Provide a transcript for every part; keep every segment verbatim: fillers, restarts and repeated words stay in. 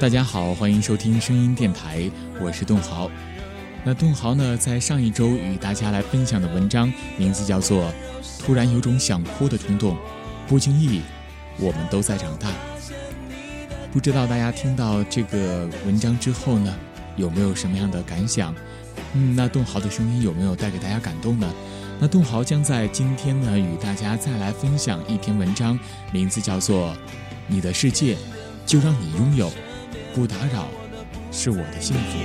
大家好，欢迎收听声音电台，我是栋豪。那栋豪呢，在上一周与大家来分享的文章名字叫做《突然有种想哭的冲动》，不经意我们都在长大。不知道大家听到这个文章之后呢，有没有什么样的感想？嗯，那栋豪的声音有没有带给大家感动呢？那栋豪将在今天呢，与大家再来分享一篇文章，名字叫做《你的世界就让你拥有，不打扰是我的幸福》。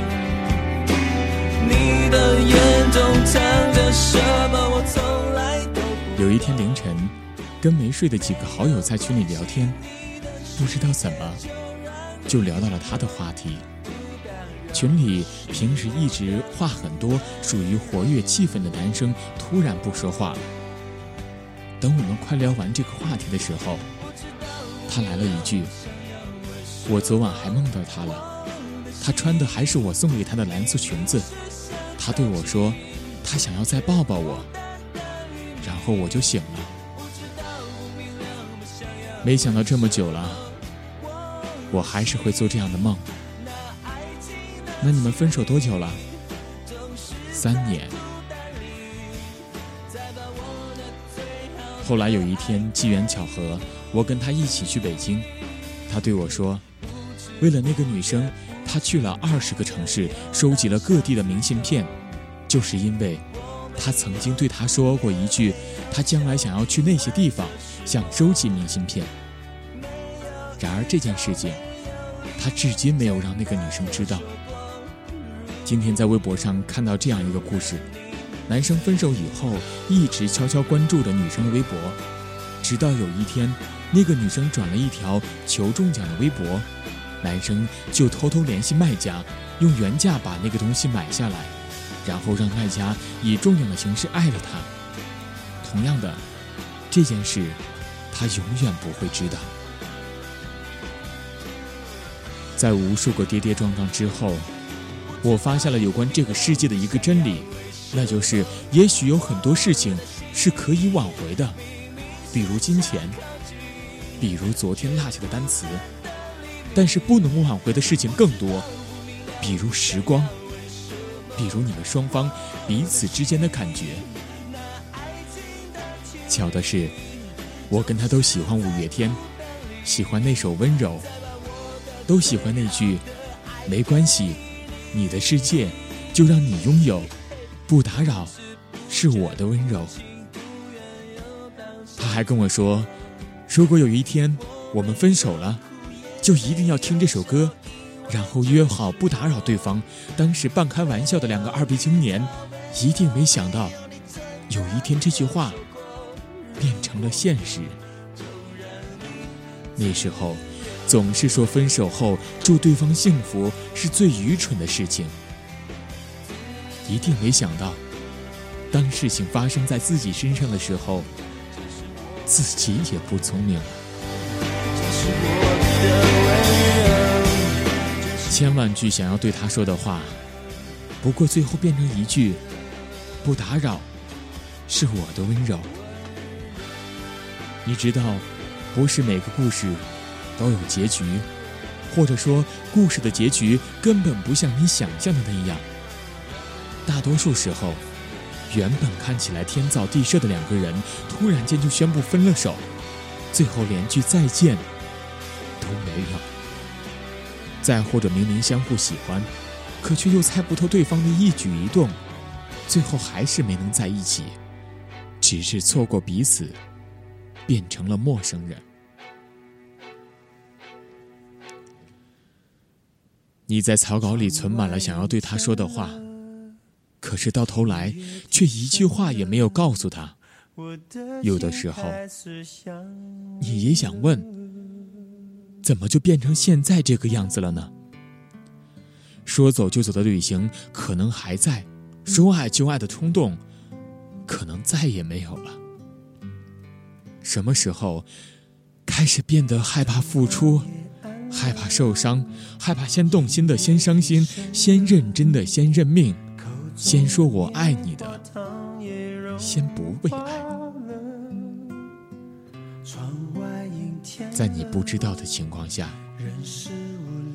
你的眼中藏着什么，我从来都不。有一天凌晨，跟没睡的几个好友在群里聊天，不知道怎么就聊到了他的话题。群里平时一直话很多、属于活跃气氛的男生突然不说话了。等我们快聊完这个话题的时候，他来了一句：我昨晚还梦到他了，他穿的还是我送给他的蓝色裙子，他对我说他想要再抱抱我，然后我就醒了。没想到这么久了，我还是会做这样的梦。那你们分手多久了？三年。后来有一天机缘巧合，我跟他一起去北京，他对我说，为了那个女生，他去了二十个城市，收集了各地的明信片，就是因为他曾经对他说过一句，他将来想要去那些地方，想收集明信片。然而这件事情，他至今没有让那个女生知道。今天在微博上看到这样一个故事，男生分手以后一直悄悄关注着女生的微博，直到有一天那个女生转了一条求中奖的微博，男生就偷偷联系卖家，用原价把那个东西买下来，然后让卖家以中奖的形式爱了他。同样的，这件事他永远不会知道。在无数个跌跌撞撞之后，我发现了有关这个世界的一个真理，那就是也许有很多事情是可以挽回的，比如金钱，比如昨天落下的单词，但是不能挽回的事情更多，比如时光，比如你们双方彼此之间的感觉。巧的是，我跟他都喜欢五月天，喜欢那首《温柔》，都喜欢那句没关系，你的世界就让你拥有，不打扰是我的温柔。他还跟我说，如果有一天我们分手了，就一定要听这首歌，然后约好不打扰对方。当时半开玩笑的两个二逼青年，一定没想到有一天这句话变成了现实。那时候总是说分手后祝对方幸福是最愚蠢的事情，一定没想到当事情发生在自己身上的时候，自己也不聪明了。千万句想要对他说的话，不过最后变成一句不打扰是我的温柔。你知道，不是每个故事都有结局，或者说故事的结局根本不像你想象的那样。大多数时候，原本看起来天造地设的两个人，突然间就宣布分了手，最后连句再见都没有。再或者明明相互喜欢，可却又猜不透对方的一举一动，最后还是没能在一起，只是错过彼此，变成了陌生人。你在草稿里存满了想要对他说的话，可是到头来却一句话也没有告诉他。有的时候你也想问，怎么就变成现在这个样子了呢？说走就走的旅行可能还在，说爱就爱的冲动可能再也没有了。什么时候开始变得害怕付出，害怕受伤，害怕先动心的先伤心，先认真的先认命，先说我爱你的先不被爱。在你不知道的情况下，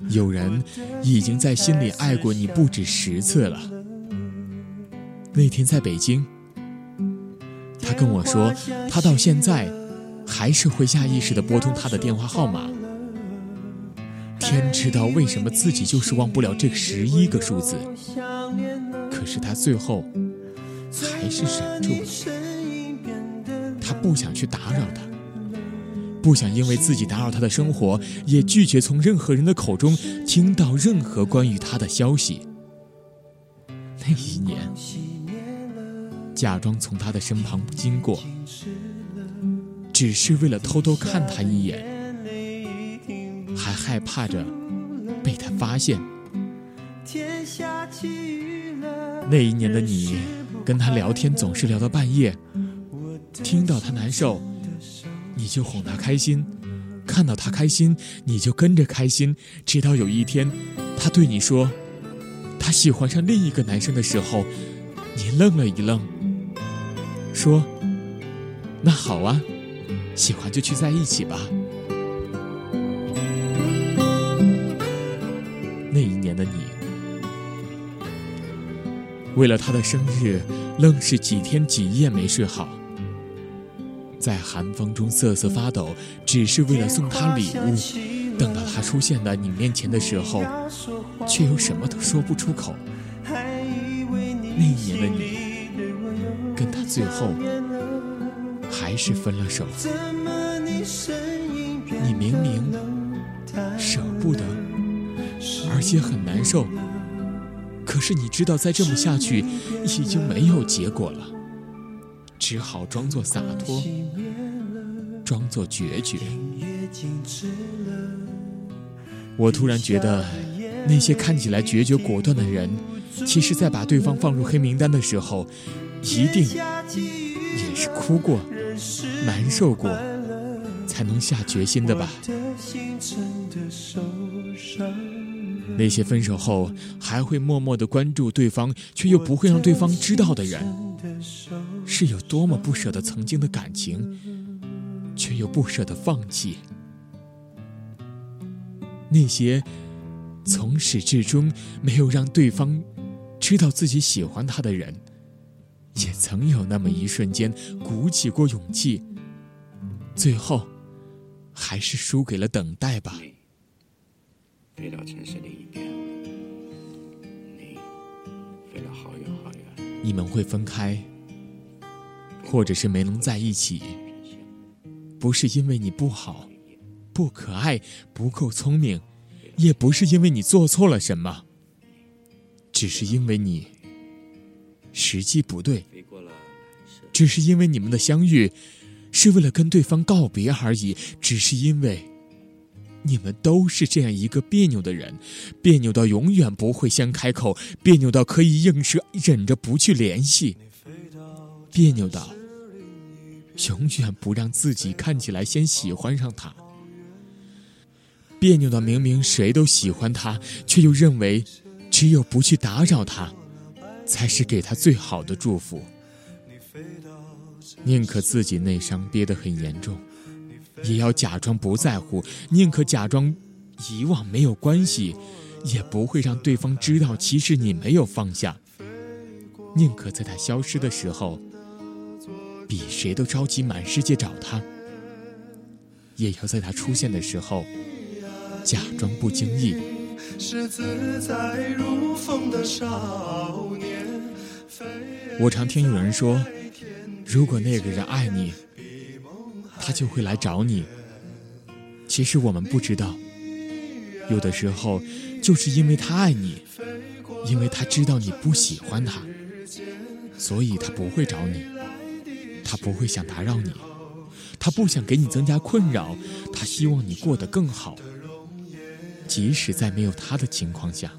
有人已经在心里爱过你不止十次了。那天在北京，他跟我说，他到现在还是会下意识地拨通他的电话号码。天知道为什么自己就是忘不了这十一个数字，可是他最后还是忍住了。他不想去打扰他，不想因为自己打扰他的生活，也拒绝从任何人的口中听到任何关于他的消息。那一年，假装从他的身旁经过，只是为了偷偷看他一眼，还害怕着被他发现。那一年的你跟他聊天总是聊到半夜，听到他难受你就哄他开心，看到他开心你就跟着开心，直到有一天他对你说他喜欢上另一个男生的时候，你愣了一愣，说那好啊，喜欢就去在一起吧。那一年的你，为了他的生日愣是几天几夜没睡好，在寒风中瑟瑟发抖，只是为了送他礼物。等到他出现在你面前的时候，却又什么都说不出口。那一年的你跟他最后还是分了手。你明明舍不得，而且很难受，可是你知道再这么下去已经没有结果了，只好装作洒脱，装作决绝。我突然觉得那些看起来决绝果断的人，其实在把对方放入黑名单的时候，一定也是哭过难受过才能下决心的吧。那些分手后还会默默地关注对方却又不会让对方知道的人，是有多么不舍得曾经的感情，却又不舍得放弃。那些从始至终没有让对方知道自己喜欢他的人，也曾有那么一瞬间鼓起过勇气，最后还是输给了等待吧。 飞到城市另一边，你飞了好远好远。 你们会分开，或者是没能在一起，不是因为你不好不可爱不够聪明，也不是因为你做错了什么，只是因为你时机不对，只是因为你们的相遇是为了跟对方告别而已，只是因为你们都是这样一个别扭的人，别扭到永远不会先开口，别扭到可以硬是忍着不去联系，别扭到永远不让自己看起来先喜欢上他，别扭到明明谁都喜欢他，却又认为只有不去打扰他才是给他最好的祝福。宁可自己内伤憋得很严重，也要假装不在乎，宁可假装遗忘没有关系，也不会让对方知道其实你没有放下。宁可在他消失的时候比谁都着急满世界找他，也要在他出现的时候假装不经意。是自在如风的少年。我常听有人说，如果那个人爱你，他就会来找你。其实我们不知道，有的时候就是因为他爱你，因为他知道你不喜欢他，所以他不会找你，他不会想打扰你，他不想给你增加困扰，他希望你过得更好，即使在没有他的情况下。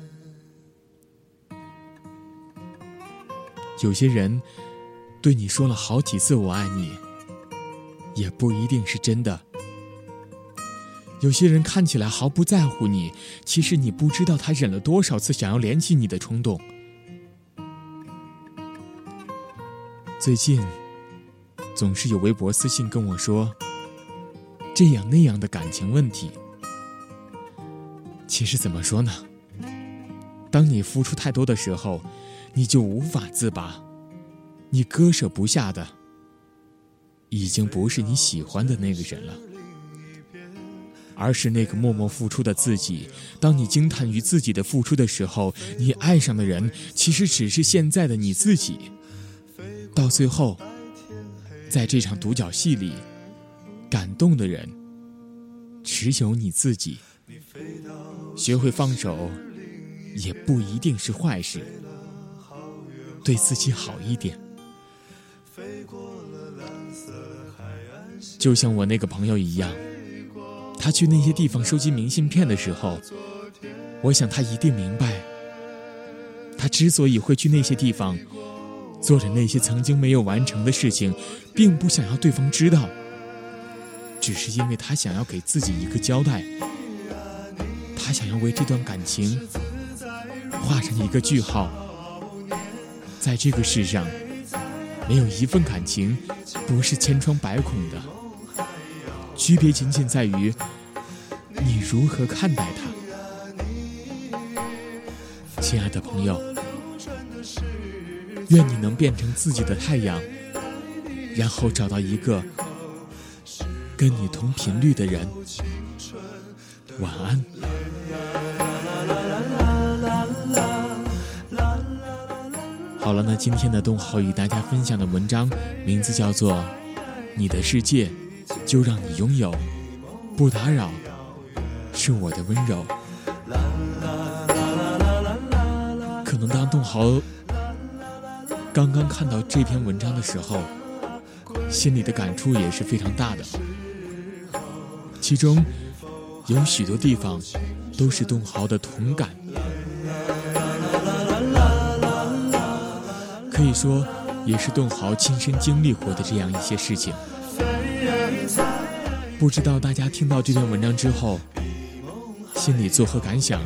有些人对你说了好几次我爱你，也不一定是真的。有些人看起来毫不在乎你，其实你不知道他忍了多少次想要联系你的冲动。最近总是有微博私信跟我说这样那样的感情问题， 其实怎么说呢？当你付出太多的时候，你就无法自拔，你割舍不下的已经不是你喜欢的那个人了，而是那个默默付出的自己。当你惊叹于自己的付出的时候，你爱上的人其实只是现在的你自己。到最后，在这场独角戏里，感动的人只有你自己。学会放手也不一定是坏事，对自己好一点。就像我那个朋友一样，他去那些地方收集明信片的时候，我想他一定明白，他之所以会去那些地方，做着那些曾经没有完成的事情，并不想要对方知道，只是因为他想要给自己一个交代，他想要为这段感情画上一个句号。在这个世上，没有一份感情不是千疮百孔的，区别仅仅在于你如何看待它。亲爱的朋友，愿你能变成自己的太阳，然后找到一个跟你同频率的人。晚安。好了，那今天的东豪与大家分享的文章名字叫做《你的世界就让你拥有，不打扰是我的温柔》。可能当东豪刚刚看到这篇文章的时候，心里的感触也是非常大的，其中有许多地方都是东豪的同感，可以说也是东豪亲身经历过的这样一些事情。不知道大家听到这篇文章之后心里作何感想？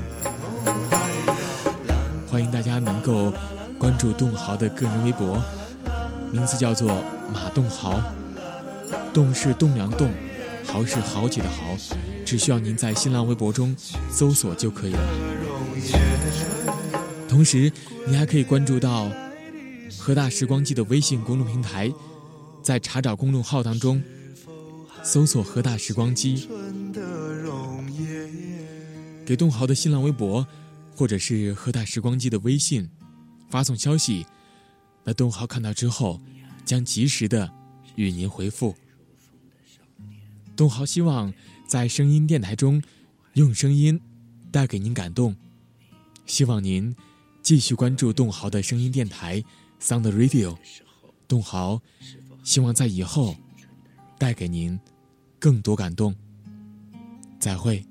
欢迎大家能够关注东豪的个人微博，名字叫做马栋豪，栋是栋梁栋，豪是豪杰的豪，只需要您在新浪微博中搜索就可以了。同时你还可以关注到河大时光机的微信公众平台，在查找公众号当中搜索河大时光机，给栋豪的新浪微博或者是河大时光机的微信发送消息，那栋豪看到之后将及时的与您回复。栋豪希望在声音电台中用声音带给您感动，希望您继续关注栋豪的声音电台 Sound Radio， 栋豪希望在以后带给您更多感动。再会。